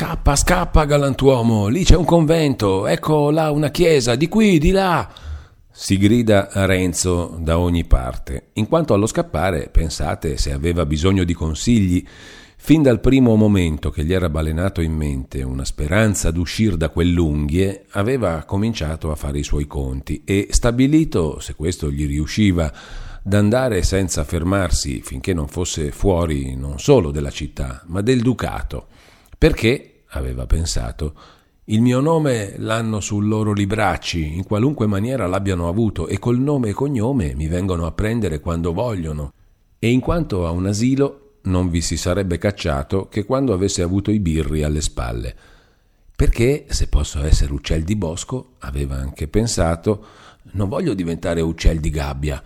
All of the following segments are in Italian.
Scappa, scappa, galantuomo, lì c'è un convento, ecco là una chiesa, di qui, di là, si grida a Renzo da ogni parte. In quanto allo scappare, pensate se aveva bisogno di consigli. Fin dal primo momento che gli era balenato in mente una speranza d'uscir da quell'unghie, aveva cominciato a fare i suoi conti e stabilito, se questo gli riusciva, d'andare senza fermarsi finché non fosse fuori non solo della città, ma del ducato. Perché, aveva pensato, il mio nome l'hanno sul loro libracci, in qualunque maniera l'abbiano avuto, e col nome e cognome mi vengono a prendere quando vogliono. E in quanto a un asilo, non vi si sarebbe cacciato che quando avesse avuto i birri alle spalle. Perché, se posso essere uccel di bosco, aveva anche pensato, non voglio diventare uccel di gabbia.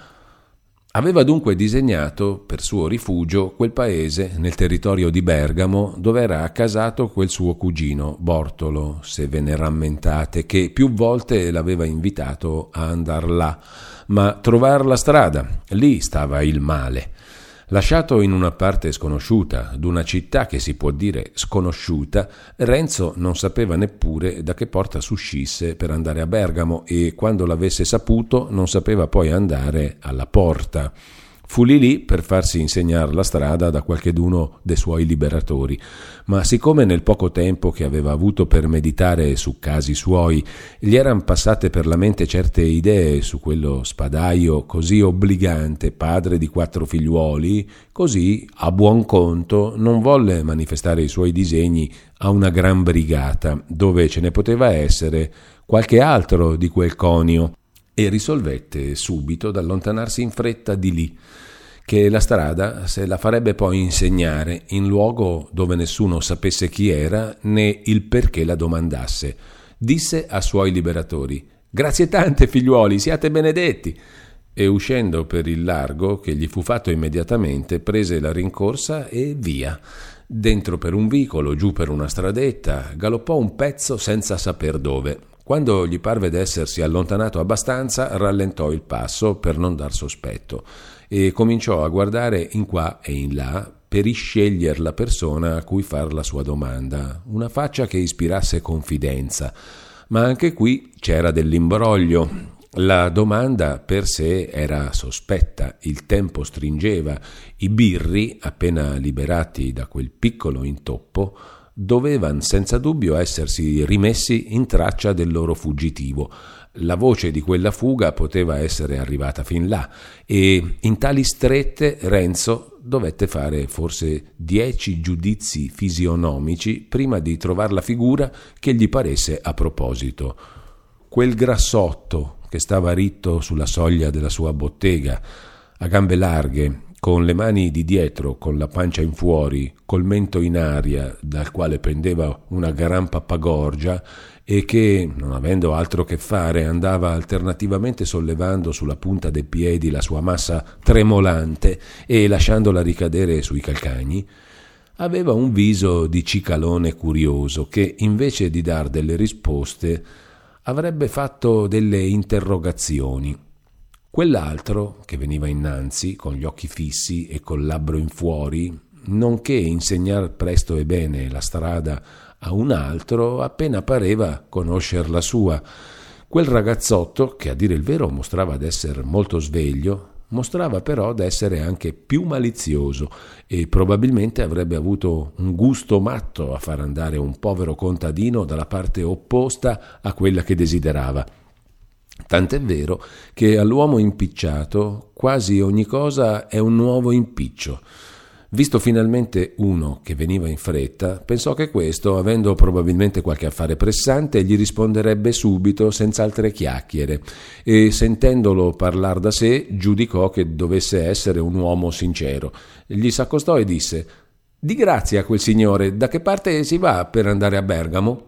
Aveva dunque disegnato per suo rifugio quel paese nel territorio di Bergamo dove era accasato quel suo cugino Bortolo, se ve ne rammentate, che più volte l'aveva invitato a andar là, ma trovar la strada, lì stava il male. Lasciato in una parte sconosciuta, d'una città che si può dire sconosciuta, Renzo non sapeva neppure da che porta s'uscisse per andare a Bergamo e, quando l'avesse saputo, non sapeva poi andare alla porta. Fu lì per farsi insegnare la strada da qualcheduno dei suoi liberatori, ma siccome nel poco tempo che aveva avuto per meditare su casi suoi gli eran passate per la mente certe idee su quello spadaio così obbligante, padre di 4 figliuoli, così a buon conto non volle manifestare i suoi disegni a una gran brigata, dove ce ne poteva essere qualche altro di quel conio, e risolvette subito d'allontanarsi in fretta di lì, che la strada se la farebbe poi insegnare in luogo dove nessuno sapesse chi era né il perché la domandasse. Disse a suoi liberatori: «Grazie tante, figliuoli, siate benedetti!» E uscendo per il largo, che gli fu fatto immediatamente, prese la rincorsa e via. Dentro per un vicolo, giù per una stradetta, galoppò un pezzo senza saper dove. Quando gli parve d'essersi allontanato abbastanza, rallentò il passo per non dar sospetto e cominciò a guardare in qua e in là per isceglier la persona a cui far la sua domanda, una faccia che ispirasse confidenza. Ma anche qui c'era dell'imbroglio. La domanda per sé era sospetta, il tempo stringeva, i birri, appena liberati da quel piccolo intoppo, dovevan senza dubbio essersi rimessi in traccia del loro fuggitivo. La voce di quella fuga poteva essere arrivata fin là e in tali strette Renzo dovette fare forse 10 giudizi fisionomici prima di trovar la figura che gli paresse a proposito. Quel grassotto che stava ritto sulla soglia della sua bottega, a gambe larghe, con le mani di dietro, con la pancia in fuori, col mento in aria, dal quale pendeva una gran pappagorgia, e che, non avendo altro che fare, andava alternativamente sollevando sulla punta dei piedi la sua massa tremolante e lasciandola ricadere sui calcagni, aveva un viso di cicalone curioso che, invece di dar delle risposte, avrebbe fatto delle interrogazioni. Quell'altro, che veniva innanzi, con gli occhi fissi e col labbro in fuori, nonché insegnar presto e bene la strada a un altro, appena pareva conoscer la sua. Quel ragazzotto, che a dire il vero mostrava d'essere molto sveglio, mostrava però d'essere anche più malizioso e probabilmente avrebbe avuto un gusto matto a far andare un povero contadino dalla parte opposta a quella che desiderava. Tant'è vero che all'uomo impicciato quasi ogni cosa è un nuovo impiccio. Visto finalmente uno che veniva in fretta, pensò che questo, avendo probabilmente qualche affare pressante, gli risponderebbe subito senza altre chiacchiere e, sentendolo parlar da sé, giudicò che dovesse essere un uomo sincero. Gli s'accostò e disse: «Di grazia a quel signore, da che parte si va per andare a Bergamo?»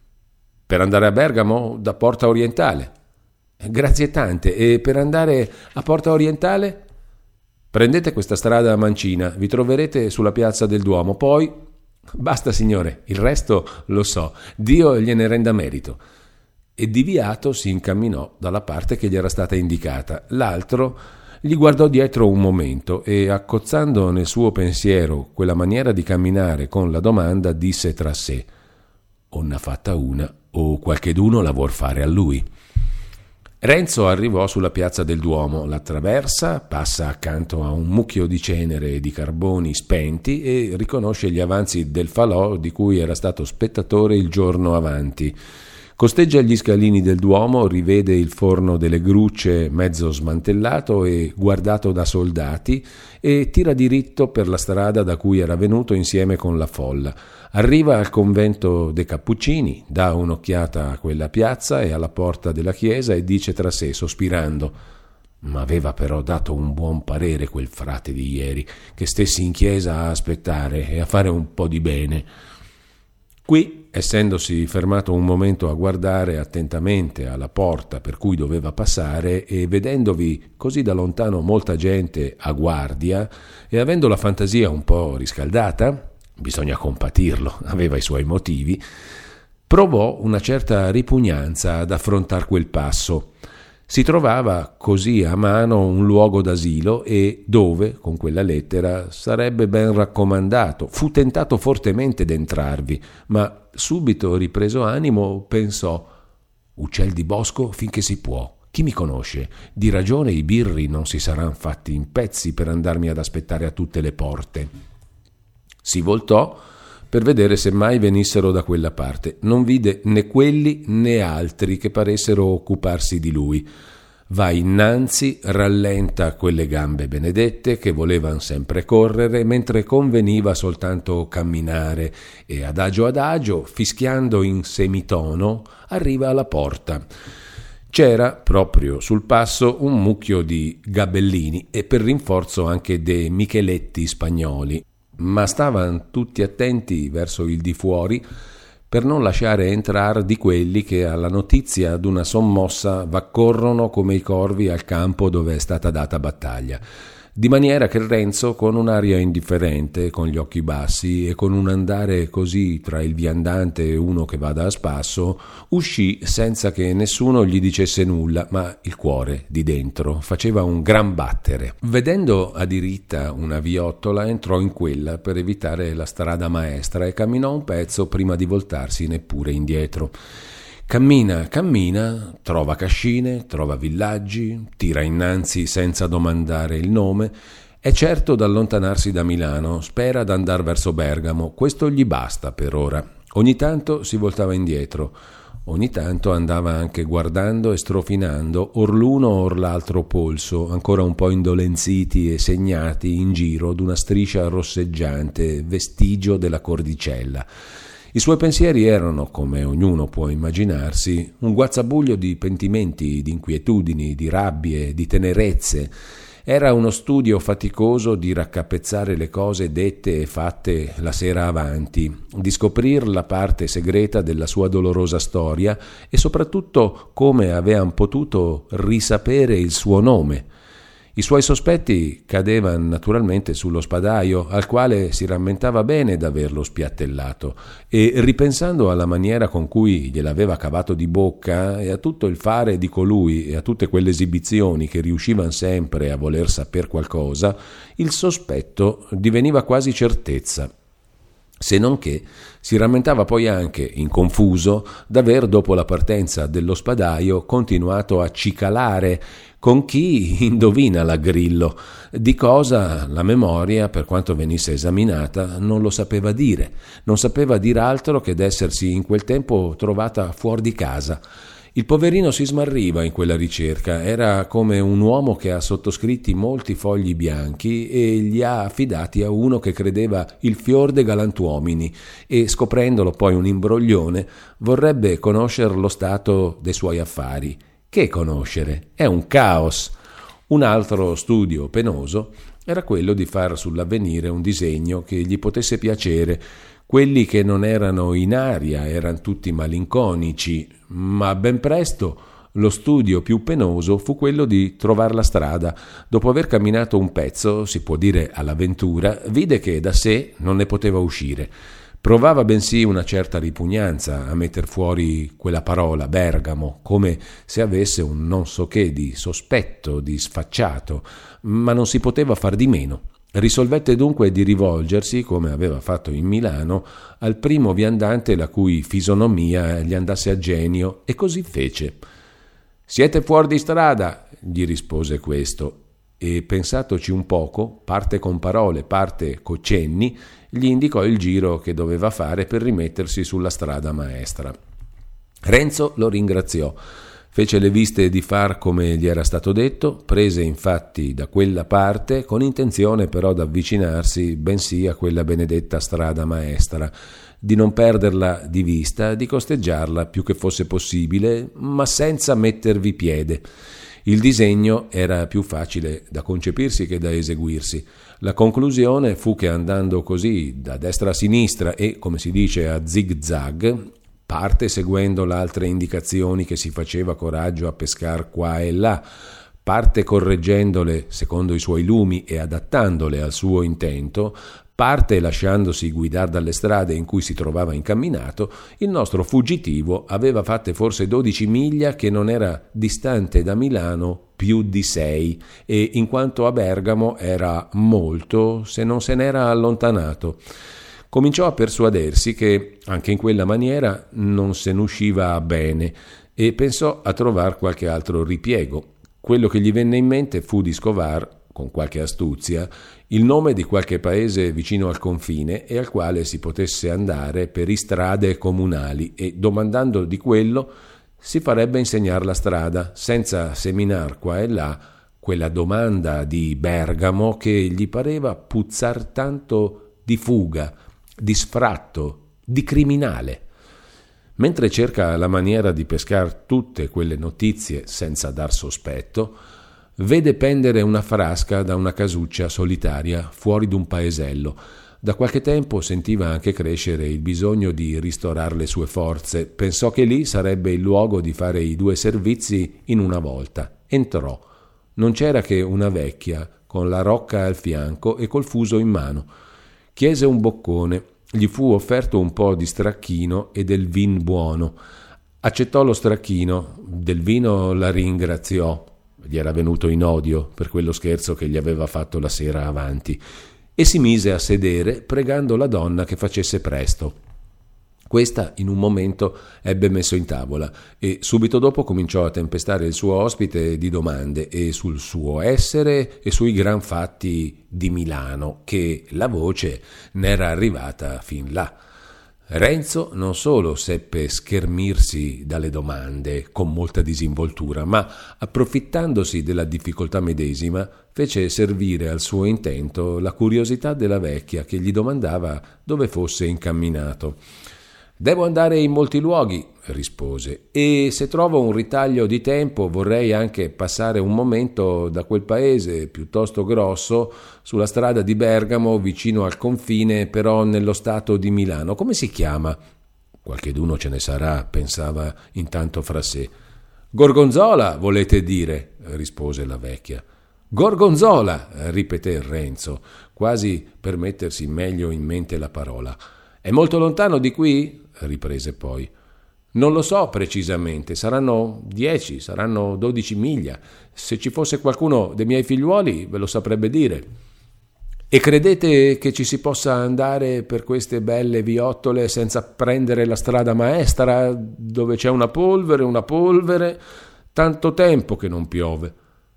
«Per andare a Bergamo? Da Porta Orientale». «Grazie tante. E per andare a Porta Orientale?» «Prendete questa strada a mancina, vi troverete sulla piazza del Duomo, poi...» «Basta, signore, il resto lo so, Dio gliene renda merito». E diviato si incamminò dalla parte che gli era stata indicata. L'altro gli guardò dietro un momento e, accozzando nel suo pensiero quella maniera di camminare con la domanda, disse tra sé: o n'ha fatta una, o qualcheduno la vuol fare a lui. Renzo arrivò sulla piazza del Duomo, l'attraversa, passa accanto a un mucchio di cenere e di carboni spenti e riconosce gli avanzi del falò di cui era stato spettatore il giorno avanti. Costeggia gli scalini del Duomo, rivede il forno delle grucce mezzo smantellato e guardato da soldati e tira diritto per la strada da cui era venuto insieme con la folla. Arriva al convento dei Cappuccini, dà un'occhiata a quella piazza e alla porta della chiesa e dice tra sé, sospirando: «Ma aveva però dato un buon parere quel frate di ieri, che stessi in chiesa a aspettare e a fare un po' di bene». Qui, essendosi fermato un momento a guardare attentamente alla porta per cui doveva passare e vedendovi così da lontano molta gente a guardia e avendo la fantasia un po' riscaldata, bisogna compatirlo, aveva i suoi motivi, provò una certa ripugnanza ad affrontar quel passo. Si trovava così a mano un luogo d'asilo e dove, con quella lettera, sarebbe ben raccomandato. Fu tentato fortemente d'entrarvi, ma subito ripreso animo pensò: «Uccel di bosco finché si può. Chi mi conosce? Di ragione i birri non si saran fatti in pezzi per andarmi ad aspettare a tutte le porte». Si voltò per vedere se mai venissero da quella parte. Non vide né quelli né altri che paressero occuparsi di lui. Va innanzi, rallenta quelle gambe benedette che volevan sempre correre, mentre conveniva soltanto camminare, e adagio, fischiando in semitono, arriva alla porta. C'era proprio sul passo un mucchio di gabellini e per rinforzo anche dei micheletti spagnoli, ma stavano tutti attenti verso il di fuori per non lasciare entrar di quelli che alla notizia d'una sommossa v'accorrono come i corvi al campo dove è stata data battaglia. Di maniera che Renzo, con un'aria indifferente, con gli occhi bassi e con un andare così tra il viandante e uno che vada a spasso, uscì senza che nessuno gli dicesse nulla, ma il cuore di dentro faceva un gran battere. Vedendo a diritta una viottola, entrò in quella per evitare la strada maestra e camminò un pezzo prima di voltarsi neppure indietro. Cammina, trova cascine, trova villaggi, tira innanzi senza domandare il nome. È certo d'allontanarsi da Milano, spera d'andar verso Bergamo, questo gli basta per ora. Ogni tanto si voltava indietro, ogni tanto andava anche guardando e strofinando or l'uno or l'altro polso, ancora un po' indolenziti e segnati in giro d'una striscia rosseggiante, vestigio della cordicella. I suoi pensieri erano, come ognuno può immaginarsi, un guazzabuglio di pentimenti, di inquietudini, di rabbie, di tenerezze. Era uno studio faticoso di raccapezzare le cose dette e fatte la sera avanti, di scoprir la parte segreta della sua dolorosa storia e soprattutto come avean potuto risapere il suo nome. I suoi sospetti cadevano naturalmente sullo spadaio, al quale si rammentava bene d'averlo spiattellato, e ripensando alla maniera con cui gliel'aveva cavato di bocca e a tutto il fare di colui e a tutte quelle esibizioni che riuscivan sempre a voler saper qualcosa, il sospetto diveniva quasi certezza. Se non che si rammentava poi anche, in confuso, d'aver dopo la partenza dello spadaio continuato a cicalare con chi indovina la Grillo, di cosa la memoria, per quanto venisse esaminata, non lo sapeva dire, non sapeva dir altro che d'essersi in quel tempo trovata fuori di casa. Il poverino si smarriva in quella ricerca, era come un uomo che ha sottoscritti molti fogli bianchi e li ha affidati a uno che credeva il fior de galantuomini e, scoprendolo poi un imbroglione, vorrebbe conoscere lo stato dei suoi affari. Che conoscere? È un caos. Un altro studio penoso era quello di far sull'avvenire un disegno che gli potesse piacere. Quelli che non erano in aria erano tutti malinconici, ma ben presto lo studio più penoso fu quello di trovar la strada. Dopo aver camminato un pezzo, si può dire all'avventura, vide che da sé non ne poteva uscire. Provava bensì una certa ripugnanza a metter fuori quella parola, Bergamo, come se avesse un non so che di sospetto, di sfacciato, ma non si poteva far di meno. Risolvette dunque di rivolgersi, come aveva fatto in Milano, al primo viandante la cui fisonomia gli andasse a genio, e così fece. «Siete fuori di strada», gli rispose questo, e pensatoci un poco, parte con parole, parte con cenni, gli indicò il giro che doveva fare per rimettersi sulla strada maestra. Renzo lo ringraziò. Fece le viste di far come gli era stato detto, prese infatti da quella parte, con intenzione però d'avvicinarsi bensì a quella benedetta strada maestra, di non perderla di vista, di costeggiarla più che fosse possibile, ma senza mettervi piede. Il disegno era più facile da concepirsi che da eseguirsi. La conclusione fu che andando così da destra a sinistra e, come si dice, a zig-zag, parte seguendo le altre indicazioni che si faceva coraggio a pescar qua e là, parte correggendole secondo i suoi lumi e adattandole al suo intento, parte lasciandosi guidare dalle strade in cui si trovava incamminato, il nostro fuggitivo aveva fatte forse 12 miglia, che non era distante da Milano più di 6, e in quanto a Bergamo era molto, se non se n'era allontanato. Cominciò a persuadersi che anche in quella maniera non se ne usciva bene e pensò a trovar qualche altro ripiego. Quello che gli venne in mente fu di scovar, con qualche astuzia, il nome di qualche paese vicino al confine e al quale si potesse andare per istrade comunali, e domandando di quello si farebbe insegnar la strada, senza seminar qua e là quella domanda di Bergamo che gli pareva puzzar tanto di fuga, di sfratto, di criminale. Mentre cerca la maniera di pescar tutte quelle notizie senza dar sospetto, vede pendere una frasca da una casuccia solitaria fuori d'un paesello. Da qualche tempo sentiva anche crescere il bisogno di ristorar le sue forze. Pensò che lì sarebbe il luogo di fare i 2 servizi in una volta. Entrò. Non c'era che una vecchia, con la rocca al fianco e col fuso in mano. Chiese un boccone, gli fu offerto un po' di stracchino e del vin buono. Accettò lo stracchino, del vino la ringraziò, gli era venuto in odio per quello scherzo che gli aveva fatto la sera avanti, e si mise a sedere pregando la donna che facesse presto. Questa in un momento ebbe messo in tavola e subito dopo cominciò a tempestare il suo ospite di domande e sul suo essere e sui gran fatti di Milano, che la voce n'era arrivata fin là. Renzo non solo seppe schermirsi dalle domande con molta disinvoltura, ma approfittandosi della difficoltà medesima fece servire al suo intento la curiosità della vecchia, che gli domandava dove fosse incamminato. «Devo andare in molti luoghi», rispose, «e se trovo un ritaglio di tempo vorrei anche passare un momento da quel paese piuttosto grosso sulla strada di Bergamo vicino al confine, però nello stato di Milano. Come si chiama?» «Qualcheduno ce ne sarà», pensava intanto fra sé. «Gorgonzola, volete dire?» rispose la vecchia. «Gorgonzola», ripeté Renzo, quasi per mettersi meglio in mente la parola. «È molto lontano di qui?» riprese poi. «Non lo so precisamente, saranno 10, saranno 12 miglia. Se ci fosse qualcuno dei miei figliuoli ve lo saprebbe dire». «E credete che ci si possa andare per queste belle viottole senza prendere la strada maestra, dove c'è una polvere, tanto tempo che non piove?»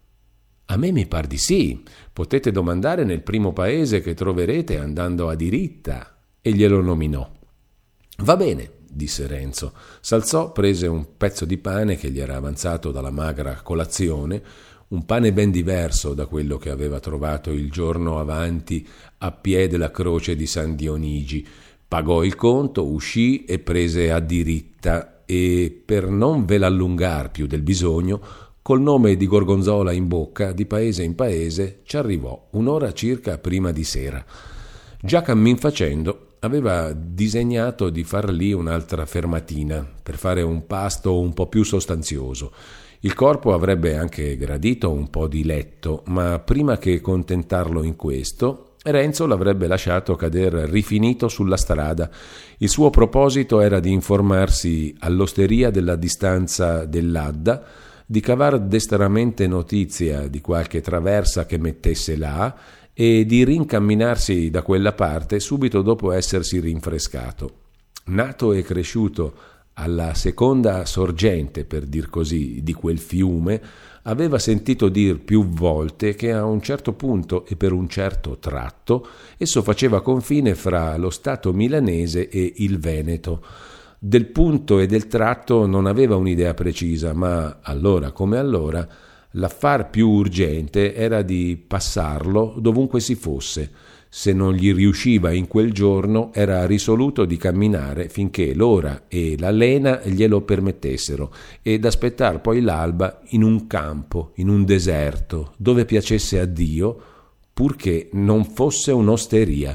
«A me mi par di sì. Potete domandare nel primo paese che troverete andando a diritta», e glielo nominò. «Va bene», disse Renzo. S'alzò, prese un pezzo di pane che gli era avanzato dalla magra colazione, un pane ben diverso da quello che aveva trovato il giorno avanti a piè della croce di San Dionigi. Pagò il conto, uscì e prese a diritta, e per non ve l'allungar più del bisogno, col nome di Gorgonzola in bocca, di paese in paese, ci arrivò un'ora circa prima di sera. Già cammin facendo aveva disegnato di far lì un'altra fermatina per fare un pasto un po' più sostanzioso. Il corpo avrebbe anche gradito un po' di letto, ma prima che contentarlo in questo, Renzo l'avrebbe lasciato cader rifinito sulla strada. Il suo proposito era di informarsi all'osteria della distanza dell'Adda, di cavar destramente notizia di qualche traversa che mettesse là e di rincamminarsi da quella parte subito dopo essersi rinfrescato. Nato e cresciuto alla seconda sorgente, per dir così, di quel fiume, aveva sentito dir più volte che a un certo punto e per un certo tratto esso faceva confine fra lo Stato milanese e il Veneto. Del punto e del tratto non aveva un'idea precisa, ma allora come allora l'affar più urgente era di passarlo dovunque si fosse. Se non gli riusciva in quel giorno, era risoluto di camminare finché l'ora e la lena glielo permettessero ed aspettar poi l'alba in un campo, in un deserto, dove piacesse a Dio, purché non fosse un'osteria.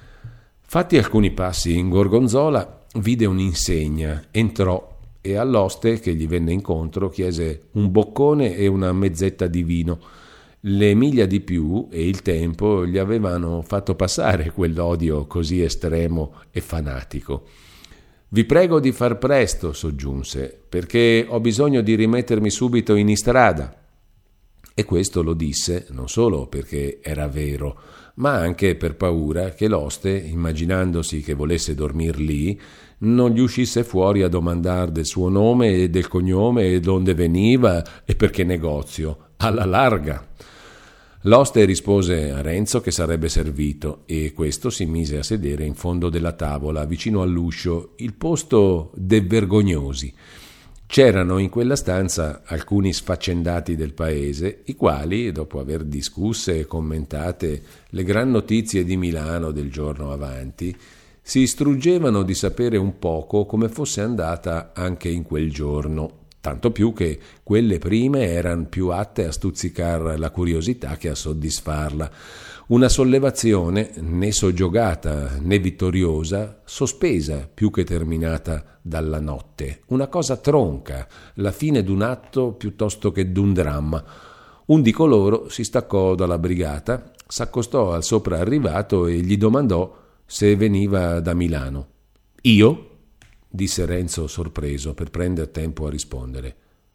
Fatti alcuni passi in Gorgonzola, vide un'insegna, entrò e all'oste che gli venne incontro chiese un boccone e una mezzetta di vino. Le miglia di più e il tempo gli avevano fatto passare quell'odio così estremo e fanatico. «Vi prego di far presto», soggiunse, «perché ho bisogno di rimettermi subito in istrada». E questo lo disse non solo perché era vero, ma anche per paura che l'oste, immaginandosi che volesse dormir lì, non gli uscisse fuori a domandar del suo nome e del cognome e donde veniva e per che negozio, alla larga. L'oste rispose a Renzo che sarebbe servito e questo si mise a sedere in fondo della tavola, vicino all'uscio, il posto de vergognosi. C'erano in quella stanza alcuni sfaccendati del paese, i quali, dopo aver discusse e commentate le gran notizie di Milano del giorno avanti, si struggevano di sapere un poco come fosse andata anche in quel giorno, tanto più che quelle prime eran più atte a stuzzicar la curiosità che a soddisfarla. Una sollevazione né soggiogata né vittoriosa, sospesa più che terminata dalla notte, una cosa tronca, la fine d'un atto piuttosto che d'un dramma. Un di coloro si staccò dalla brigata, s'accostò al soprarrivato e gli domandò se veniva da Milano. «Io?» disse Renzo sorpreso per prender tempo a rispondere.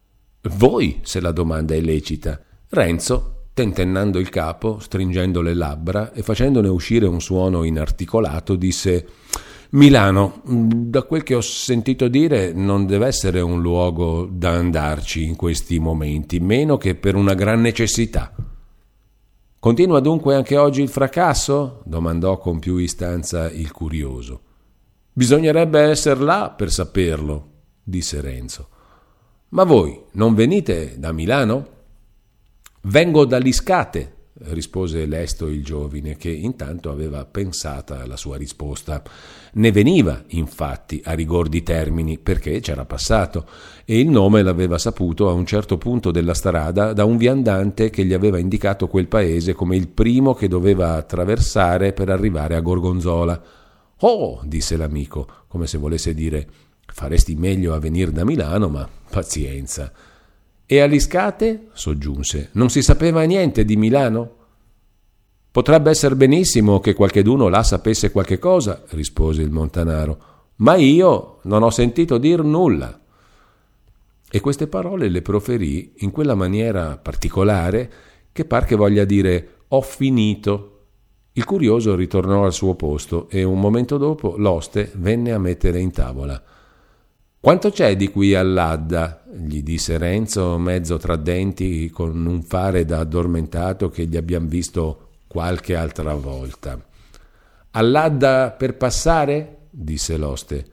«Voi, se la domanda è lecita». Renzo, tentennando il capo, stringendo le labbra e facendone uscire un suono inarticolato, disse: «Milano, da quel che ho sentito dire, non deve essere un luogo da andarci in questi momenti, meno che per una gran necessità». «Continua dunque anche oggi il fracasso?» domandò con più istanza il curioso. «Bisognerebbe esser là per saperlo», disse Renzo. «Ma voi non venite da Milano?» «Vengo da Liscate», rispose lesto il giovine, che intanto aveva pensata alla sua risposta. Ne veniva, infatti, a rigor di termini, perché c'era passato, e il nome l'aveva saputo a un certo punto della strada da un viandante che gli aveva indicato quel paese come il primo che doveva attraversare per arrivare a Gorgonzola. «Oh», disse l'amico, come se volesse dire: «Faresti meglio a venir da Milano, ma pazienza». «E a Liscate?» soggiunse. «Non si sapeva niente di Milano?» «Potrebbe essere benissimo che qualcheduno là sapesse qualche cosa», rispose il montanaro, «ma io non ho sentito dir nulla». E queste parole le proferì in quella maniera particolare che par che voglia dire «ho finito». Il curioso ritornò al suo posto e un momento dopo l'oste venne a mettere in tavola. «Quanto c'è di qui all'Adda?» gli disse Renzo, mezzo tra denti, con un fare da addormentato che gli abbiam visto qualche altra volta. «All'Adda per passare?» disse l'oste.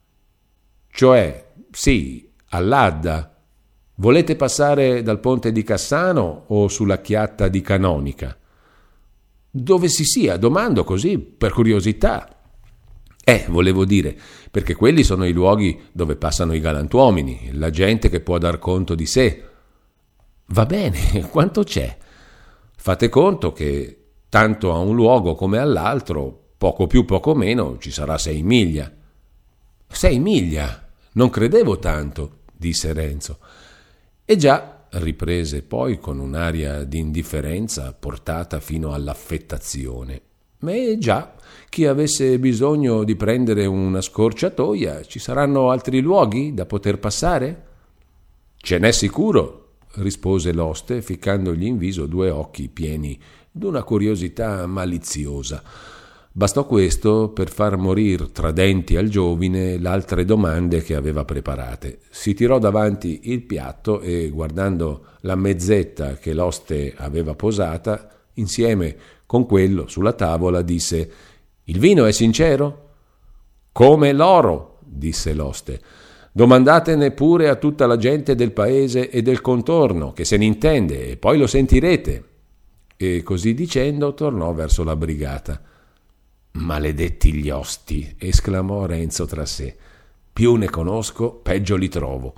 «Cioè, sì, all'Adda. Volete passare dal ponte di Cassano o sulla chiatta di Canonica?» «Dove si sia, domando così, per curiosità». Volevo dire, perché quelli sono i luoghi dove passano i galantuomini, la gente che può dar conto di sé». «Va bene, quanto c'è?» «Fate conto che tanto a un luogo come all'altro, poco più poco meno, ci sarà 6 miglia». «6 miglia? Non credevo tanto», disse Renzo. «E già», riprese poi con un'aria di indifferenza portata fino all'affettazione, «e già, chi avesse bisogno di prendere una scorciatoia, ci saranno altri luoghi da poter passare?» «Ce n'è sicuro», rispose l'oste, ficcandogli in viso 2 occhi pieni d'una curiosità maliziosa. Bastò questo per far morir tra denti al giovine l'altre domande che aveva preparate. Si tirò davanti il piatto e, guardando la mezzetta che l'oste aveva posata, insieme con quello sulla tavola, disse: «Il vino è sincero?» «Come l'oro», disse l'oste. «Domandatene pure a tutta la gente del paese e del contorno, che se ne intende, e poi lo sentirete». E così dicendo tornò verso la brigata. «Maledetti gli osti!» esclamò Renzo tra sé. «Più ne conosco, peggio li trovo».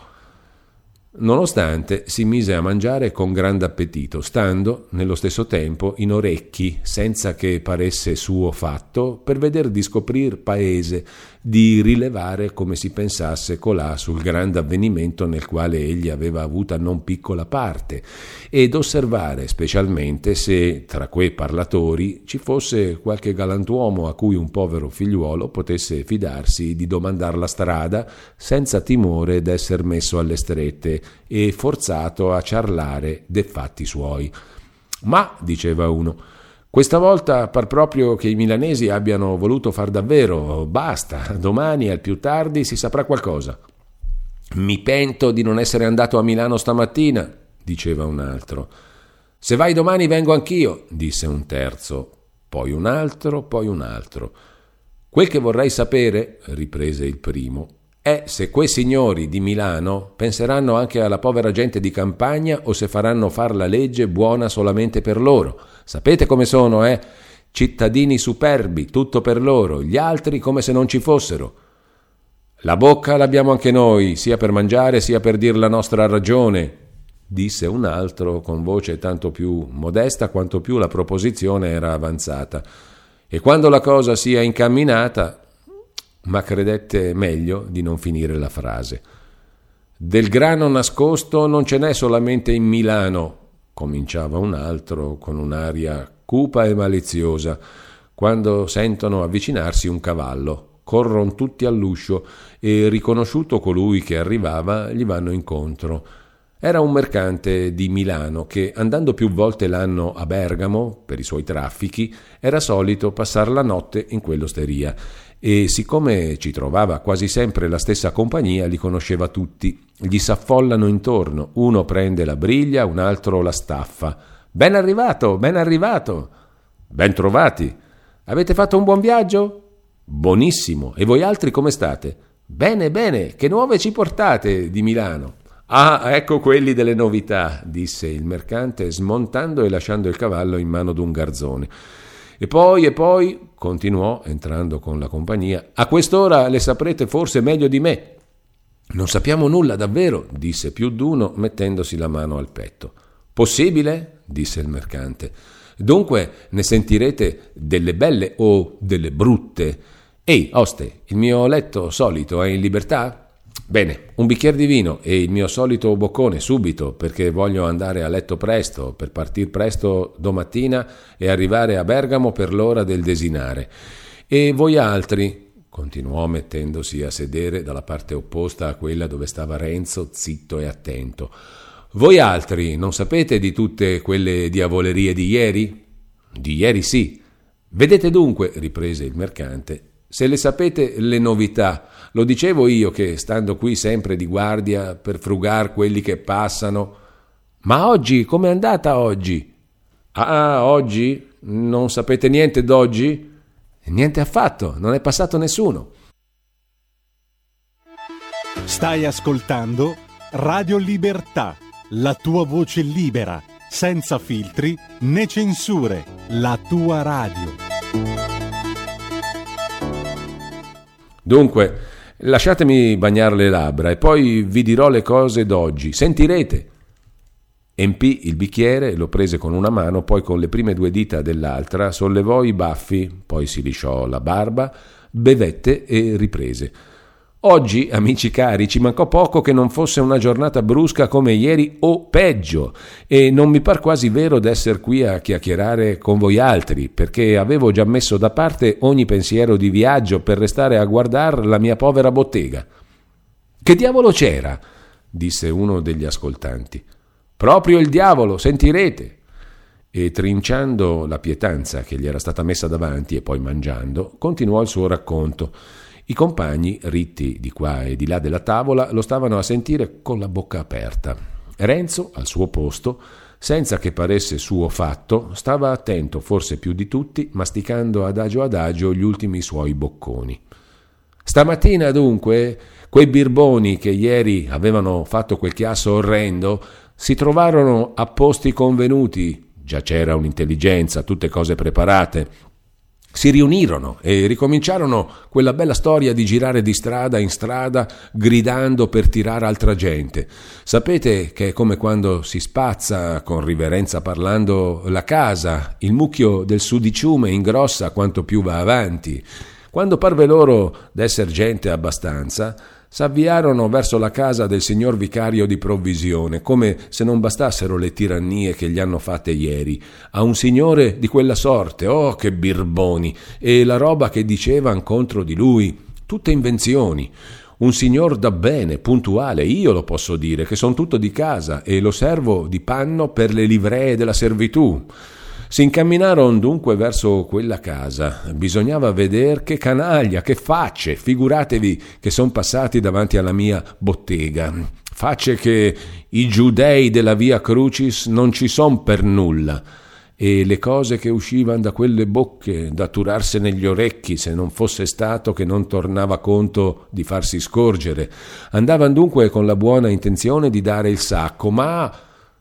Nonostante, si mise a mangiare con grande appetito, stando nello stesso tempo in orecchi, senza che paresse suo fatto, per veder di scoprir paese, di rilevare come si pensasse colà sul grande avvenimento nel quale egli aveva avuta non piccola parte, ed osservare specialmente se tra quei parlatori ci fosse qualche galantuomo a cui un povero figliuolo potesse fidarsi di domandar la strada senza timore d'esser messo alle strette e forzato a ciarlare de fatti suoi. «Ma», diceva uno, «questa volta par proprio che i milanesi abbiano voluto far davvero. Basta, domani al più tardi si saprà qualcosa». «Mi pento di non essere andato a Milano stamattina», diceva un altro. «Se vai domani vengo anch'io», disse un terzo, poi un altro, poi un altro. «Quel che vorrei sapere», riprese il primo, «è se quei signori di Milano penseranno anche alla povera gente di campagna o se faranno far la legge buona solamente per loro. Sapete come sono, eh? Cittadini superbi, tutto per loro, gli altri come se non ci fossero». «La bocca l'abbiamo anche noi, sia per mangiare sia per dir la nostra ragione», disse un altro con voce tanto più modesta quanto più la proposizione era avanzata. «E quando la cosa sia incamminata», ma credette meglio di non finire la frase. «Del grano nascosto non ce n'è solamente in Milano», cominciava un altro con un'aria cupa e maliziosa. «Quando sentono avvicinarsi un cavallo, corrono tutti all'uscio e, riconosciuto colui che arrivava, gli vanno incontro». Era un mercante di Milano che, andando più volte l'anno a Bergamo per i suoi traffici, era solito passare la notte in quell'osteria e, siccome ci trovava quasi sempre la stessa compagnia, li conosceva tutti. Gli s'affollano intorno, uno prende la briglia, un altro la staffa. «Ben arrivato, ben arrivato!» «Ben trovati!» «Avete fatto un buon viaggio?» «Buonissimo! E voi altri come state?» «Bene, bene! Che nuove ci portate di Milano?» «Ah, ecco quelli delle novità», disse il mercante, smontando e lasciando il cavallo in mano d'un garzone. E poi, continuò, entrando con la compagnia, «a quest'ora le saprete forse meglio di me». «Non sappiamo nulla, davvero», disse più d'uno, mettendosi la mano al petto. «Possibile?» disse il mercante. «Dunque ne sentirete delle belle o delle brutte? Ehi, oste, il mio letto solito è in libertà?» «Bene, un bicchiere di vino e il mio solito boccone subito, perché voglio andare a letto presto, per partir presto domattina e arrivare a Bergamo per l'ora del desinare. E voi altri», continuò mettendosi a sedere dalla parte opposta a quella dove stava Renzo, zitto e attento, «voi altri non sapete di tutte quelle diavolerie di ieri?» «Di ieri sì». «Vedete dunque», riprese il mercante, «se le sapete le novità, lo dicevo io che, stando qui sempre di guardia per frugar quelli che passano». «Ma oggi, com'è andata oggi?» «Ah, oggi? Non sapete niente d'oggi?» «Niente affatto, non è passato nessuno». Stai ascoltando Radio Libertà, la tua voce libera, senza filtri né censure, la tua radio. «Dunque, lasciatemi bagnare le labbra e poi vi dirò le cose d'oggi. Sentirete». Empì il bicchiere, lo prese con una mano, poi con le prime 2 dita dell'altra sollevò i baffi, poi si lisciò la barba, bevette e riprese. «Oggi, amici cari, ci mancò poco che non fosse una giornata brusca come ieri o peggio, e non mi par quasi vero d'esser qui a chiacchierare con voi altri, perché avevo già messo da parte ogni pensiero di viaggio per restare a guardar la mia povera bottega». «Che diavolo c'era?» disse uno degli ascoltanti. proprio il diavolo, sentirete. E trinciando la pietanza che gli era stata messa davanti e poi mangiando, continuò il suo racconto. I compagni, ritti di qua e di là della tavola, lo stavano a sentire con la bocca aperta. Renzo, al suo posto, senza che paresse suo fatto, stava attento, forse più di tutti, masticando adagio gli ultimi suoi bocconi. Stamattina, dunque, quei birboni che ieri avevano fatto quel chiasso orrendo si trovarono a posti convenuti. Già c'era un'intelligenza, tutte cose preparate. Si riunirono e ricominciarono quella bella storia di girare di strada in strada gridando per tirare altra gente. Sapete che è come quando si spazza, con riverenza parlando, la casa, il mucchio del sudiciume ingrossa quanto più va avanti. Quando parve loro d'esser gente abbastanza, s'avviarono verso la casa del signor vicario di provvisione, come se non bastassero le tirannie che gli hanno fatte ieri. A un signore di quella sorte, oh che birboni! E la roba che dicevan contro di lui, tutte invenzioni. Un signor da bene, puntuale, io lo posso dire, che son tutto di casa e lo servo di panno per le livree della servitù. Si incamminarono dunque verso quella casa. Bisognava veder che canaglia, che facce, figuratevi che son passati davanti alla mia bottega. Facce che i giudei della Via Crucis non ci son per nulla. E le cose che uscivan da quelle bocche, da turarsene gli orecchi, se non fosse stato che non tornava conto di farsi scorgere. Andavan dunque con la buona intenzione di dare il sacco, ma...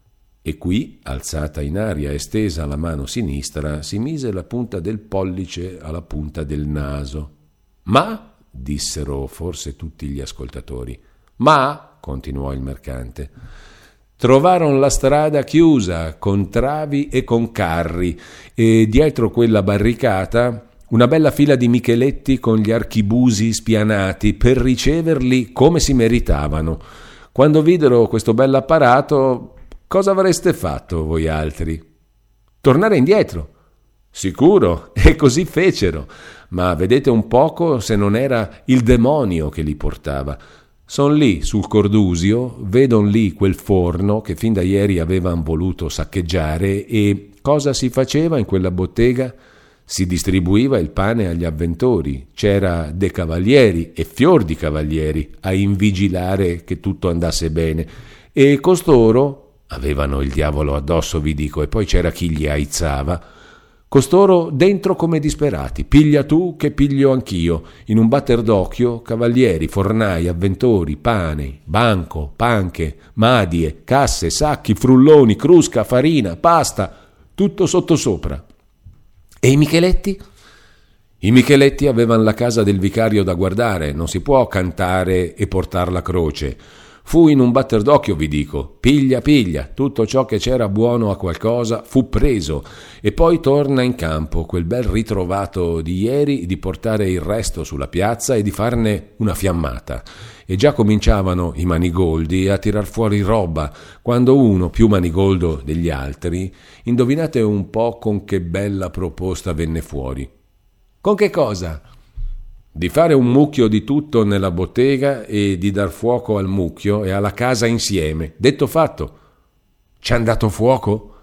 E qui, alzata in aria e stesa la mano sinistra, si mise la punta del pollice alla punta del naso. «Ma?» dissero forse tutti gli ascoltatori. «Ma?» continuò il mercante. Trovarono la strada chiusa, con travi e con carri, e dietro quella barricata una bella fila di micheletti con gli archibusi spianati per riceverli come si meritavano. Quando videro questo bell'apparato... Cosa avreste fatto voi altri? Tornare indietro? Sicuro, e così fecero, ma vedete un poco se non era il demonio che li portava. Son lì sul Cordusio, vedon lì quel forno che fin da ieri avevan voluto saccheggiare e cosa si faceva in quella bottega? Si distribuiva il pane agli avventori, c'era de cavalieri e fior di cavalieri a invigilare che tutto andasse bene e costoro... Avevano il diavolo addosso, vi dico, e poi c'era chi li aizzava. Costoro dentro come disperati, piglia tu che piglio anch'io, in un batter d'occhio, cavalieri, fornai, avventori, pane, banco, panche, madie, casse, sacchi, frulloni, crusca, farina, pasta, tutto sottosopra. E i micheletti? I micheletti avevano la casa del vicario da guardare, non si può cantare e portar la croce. Fu in un batter d'occhio, vi dico, piglia, tutto ciò che c'era buono a qualcosa fu preso e poi torna in campo quel bel ritrovato di ieri di portare il resto sulla piazza e di farne una fiammata. E già cominciavano i manigoldi a tirar fuori roba, quando uno, più manigoldo degli altri, indovinate un po' con che bella proposta venne fuori. Con che cosa? Di fare un mucchio di tutto nella bottega e di dar fuoco al mucchio e alla casa insieme. Detto fatto. Ci han dato fuoco?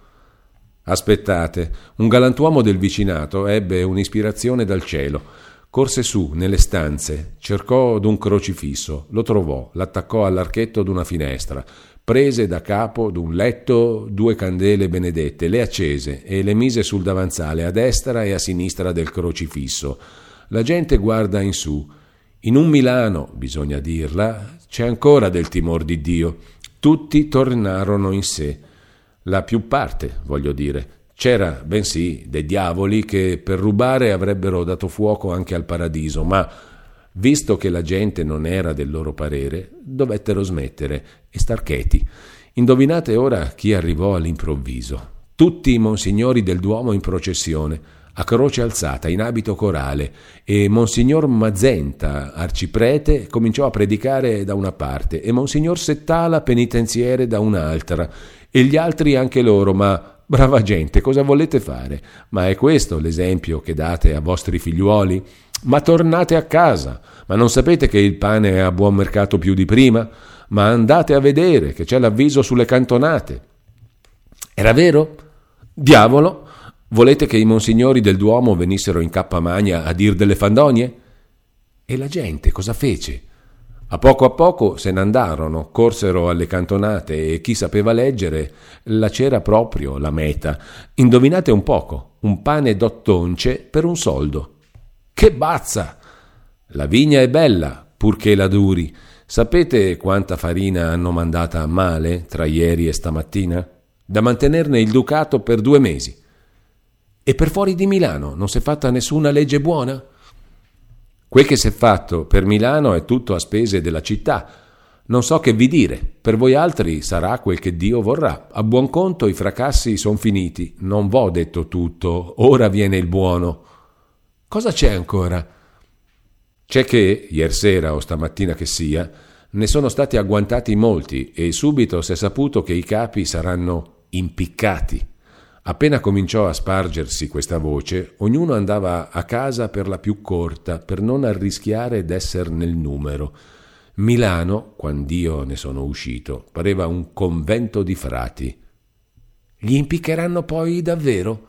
Aspettate, un galantuomo del vicinato ebbe un'ispirazione dal cielo. Corse su nelle stanze, cercò d'un crocifisso, lo trovò, l'attaccò all'archetto d'una finestra, prese da capo d'un letto 2 candele benedette, le accese e le mise sul davanzale a destra e a sinistra del crocifisso. La gente guarda in su. In un Milano, bisogna dirla, c'è ancora del timor di Dio. Tutti tornarono in sé. La più parte, voglio dire. C'era, bensì, dei diavoli che per rubare avrebbero dato fuoco anche al paradiso, ma, visto che la gente non era del loro parere, dovettero smettere e star cheti. Indovinate ora chi arrivò all'improvviso. Tutti i monsignori del Duomo in processione, a croce alzata, in abito corale, e Monsignor Mazenta, arciprete, cominciò a predicare da una parte, e Monsignor Settala, penitenziere, da un'altra, e gli altri anche loro, ma brava gente, cosa volete fare? Ma è questo l'esempio che date a vostri figliuoli? Ma tornate a casa, ma non sapete che il pane è a buon mercato più di prima? Ma andate a vedere che c'è l'avviso sulle cantonate. Era vero? Diavolo! Volete che i monsignori del Duomo venissero in Cappamagna a dir delle fandonie? E la gente cosa fece? A poco se ne andarono, corsero alle cantonate e chi sapeva leggere la c'era proprio la meta. Indovinate un poco, un pane d'ottonce per un soldo. Che bazza! La vigna è bella, purché la duri. Sapete quanta farina hanno mandata a male tra ieri e stamattina? Da mantenerne il ducato per 2 mesi. E per fuori di Milano non si è fatta nessuna legge buona? Quel che si è fatto per Milano è tutto a spese della città. Non so che vi dire, per voi altri sarà quel che Dio vorrà. A buon conto i fracassi son finiti, non v'ho detto tutto, ora viene il buono. Cosa c'è ancora? C'è che, iersera o stamattina che sia, ne sono stati agguantati molti e subito si è saputo che i capi saranno impiccati. Appena cominciò a spargersi questa voce, ognuno andava a casa per la più corta, per non arrischiare d'esser nel numero. Milano, quand'io ne sono uscito, pareva un convento di frati. Gli impiccheranno poi davvero?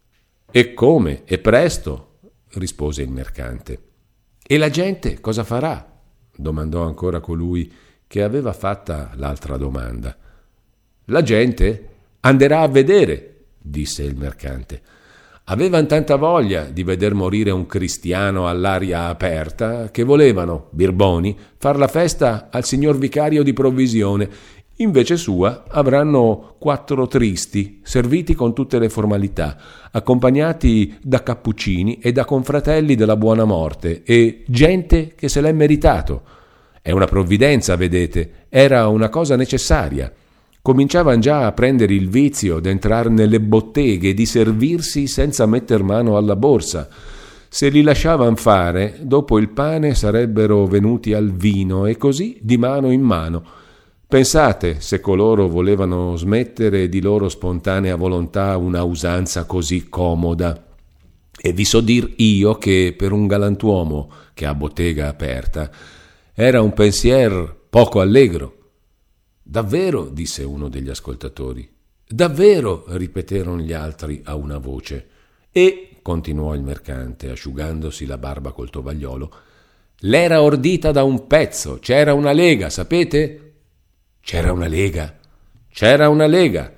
E come? E presto? Rispose il mercante. E la gente cosa farà? Domandò ancora colui che aveva fatta l'altra domanda. La gente anderà a vedere, disse il mercante. Avevan tanta voglia di veder morire un cristiano all'aria aperta che volevano, birboni, far la festa al signor vicario di provvisione. In vece sua avranno 4 tristi, serviti con tutte le formalità, accompagnati da cappuccini e da confratelli della buona morte e gente che se l'è meritato. È una provvidenza, vedete, era una cosa necessaria. Cominciavan già a prendere il vizio d'entrar nelle botteghe e di servirsi senza metter mano alla borsa. Se li lasciavan fare, dopo il pane sarebbero venuti al vino e così di mano in mano. Pensate se coloro volevano smettere di loro spontanea volontà una usanza così comoda. E vi so dir io che per un galantuomo che ha bottega aperta era un pensier poco allegro. Davvero, disse uno degli ascoltatori. Davvero, ripeterono gli altri a una voce. E, continuò il mercante, asciugandosi la barba col tovagliolo, l'era ordita da un pezzo, c'era una lega, sapete? C'era una lega. C'era una lega.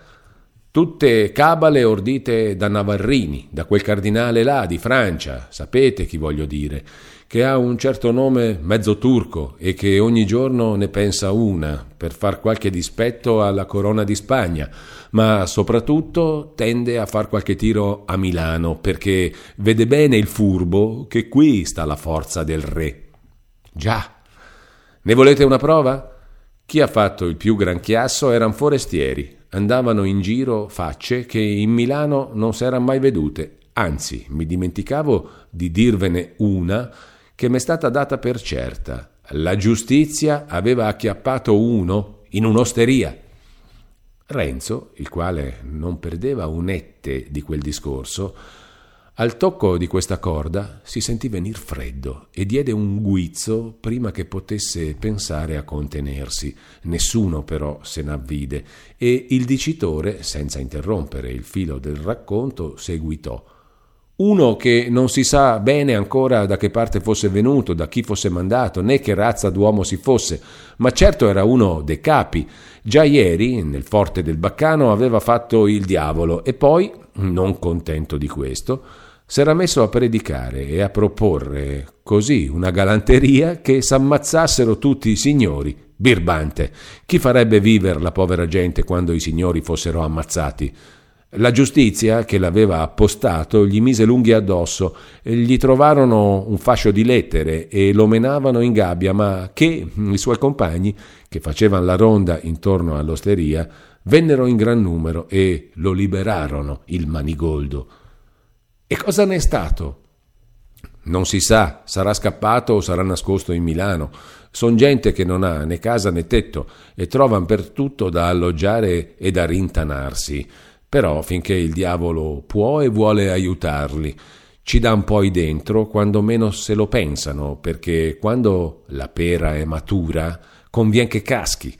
Tutte cabale ordite da Navarrini, da quel cardinale là di Francia, sapete chi voglio dire, che ha un certo nome mezzo turco e che ogni giorno ne pensa una per far qualche dispetto alla corona di Spagna, ma soprattutto tende a far qualche tiro a Milano perché vede bene il furbo che qui sta la forza del re. Già, ne volete una prova? Chi ha fatto il più gran chiasso eran forestieri, andavano in giro facce che in Milano non s'eran mai vedute, anzi mi dimenticavo di dirvene una che m'è stata data per certa. La giustizia aveva acchiappato uno in un'osteria. Renzo, il quale non perdeva un ette di quel discorso, al tocco di questa corda si sentì venir freddo e diede un guizzo prima che potesse pensare a contenersi. Nessuno però se n'avvide e il dicitore, senza interrompere il filo del racconto, seguitò. Uno che non si sa bene ancora da che parte fosse venuto, da chi fosse mandato, né che razza d'uomo si fosse, ma certo era uno dei capi. Già ieri, nel forte del Baccano, aveva fatto il diavolo e poi, non contento di questo, s'era messo a predicare e a proporre così una galanteria che s'ammazzassero tutti i signori. Birbante! Chi farebbe vivere la povera gente quando i signori fossero ammazzati? La giustizia, che l'aveva appostato, gli mise l'unghia addosso, gli trovarono un fascio di lettere e lo menavano in gabbia, ma che i suoi compagni, che facevano la ronda intorno all'osteria, vennero in gran numero e lo liberarono, il manigoldo. E cosa ne è stato? Non si sa, sarà scappato o sarà nascosto in Milano. Son gente che non ha né casa né tetto e trovan per tutto da alloggiare e da rintanarsi. Però finché il diavolo può e vuole aiutarli, ci dan poi dentro quando meno se lo pensano, perché quando la pera è matura convien che caschi.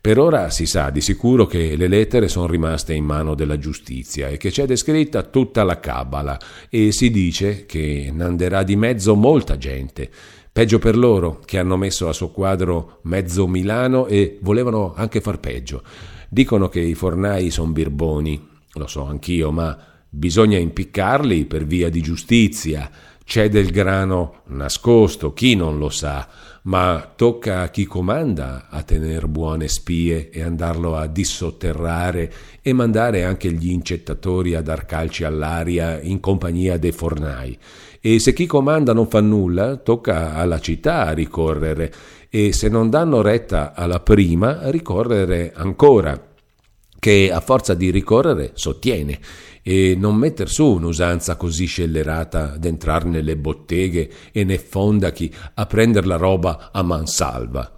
Per ora si sa di sicuro che le lettere sono rimaste in mano della giustizia e che c'è descritta tutta la cabala, e si dice che n'anderà di mezzo molta gente. Peggio per loro, che hanno messo a suo quadro mezzo Milano e volevano anche far peggio. Dicono che i fornai son birboni, lo so anch'io, ma bisogna impiccarli per via di giustizia. C'è del grano nascosto, chi non lo sa, ma tocca a chi comanda a tener buone spie e andarlo a dissotterrare e mandare anche gli incettatori a dar calci all'aria in compagnia dei fornai. E se chi comanda non fa nulla, tocca alla città a ricorrere, e se non danno retta alla prima, ricorrere ancora, che a forza di ricorrere sottiene, e non metter su un'usanza così scellerata d'entrar nelle botteghe e nei fondachi a prender la roba a man salva.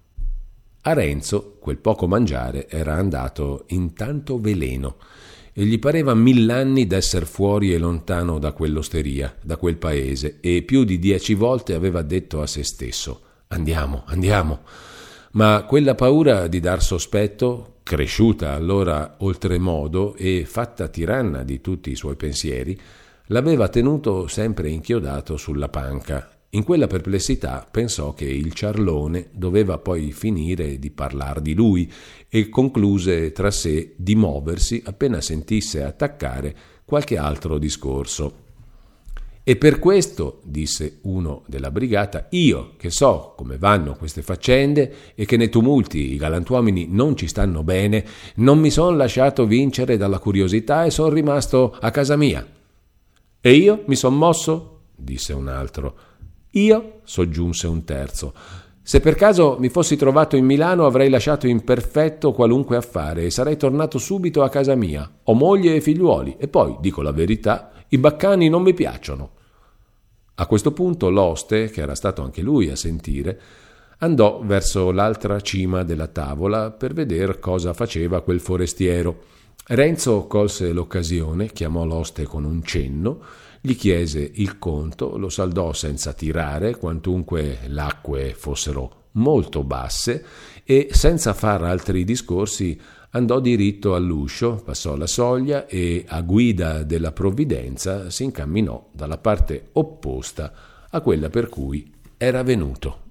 A Renzo quel poco mangiare era andato in tanto veleno, e gli pareva 1000 anni d'esser fuori e lontano da quell'osteria, da quel paese, e più di 10 volte aveva detto a se stesso: andiamo, andiamo. Ma quella paura di dar sospetto, cresciuta allora oltremodo e fatta tiranna di tutti i suoi pensieri, l'aveva tenuto sempre inchiodato sulla panca. In quella perplessità pensò che il ciarlone doveva poi finire di parlar di lui, e concluse tra sé di muoversi appena sentisse attaccare qualche altro discorso. E per questo, disse uno della brigata, io, che so come vanno queste faccende e che nei tumulti i galantuomini non ci stanno bene, non mi son lasciato vincere dalla curiosità e son rimasto a casa mia. E io mi son mosso? Disse un altro. Io, soggiunse un terzo. Se per caso mi fossi trovato in Milano avrei lasciato imperfetto qualunque affare e sarei tornato subito a casa mia. Ho moglie e figliuoli e poi, dico la verità, i baccani non mi piacciono. A questo punto l'oste, che era stato anche lui a sentire, andò verso l'altra cima della tavola per veder cosa faceva quel forestiero. Renzo colse l'occasione, chiamò l'oste con un cenno, gli chiese il conto, lo saldò senza tirare, quantunque le acque fossero molto basse, e senza far altri discorsi andò diritto all'uscio, passò la soglia e, a guida della provvidenza, si incamminò dalla parte opposta a quella per cui era venuto.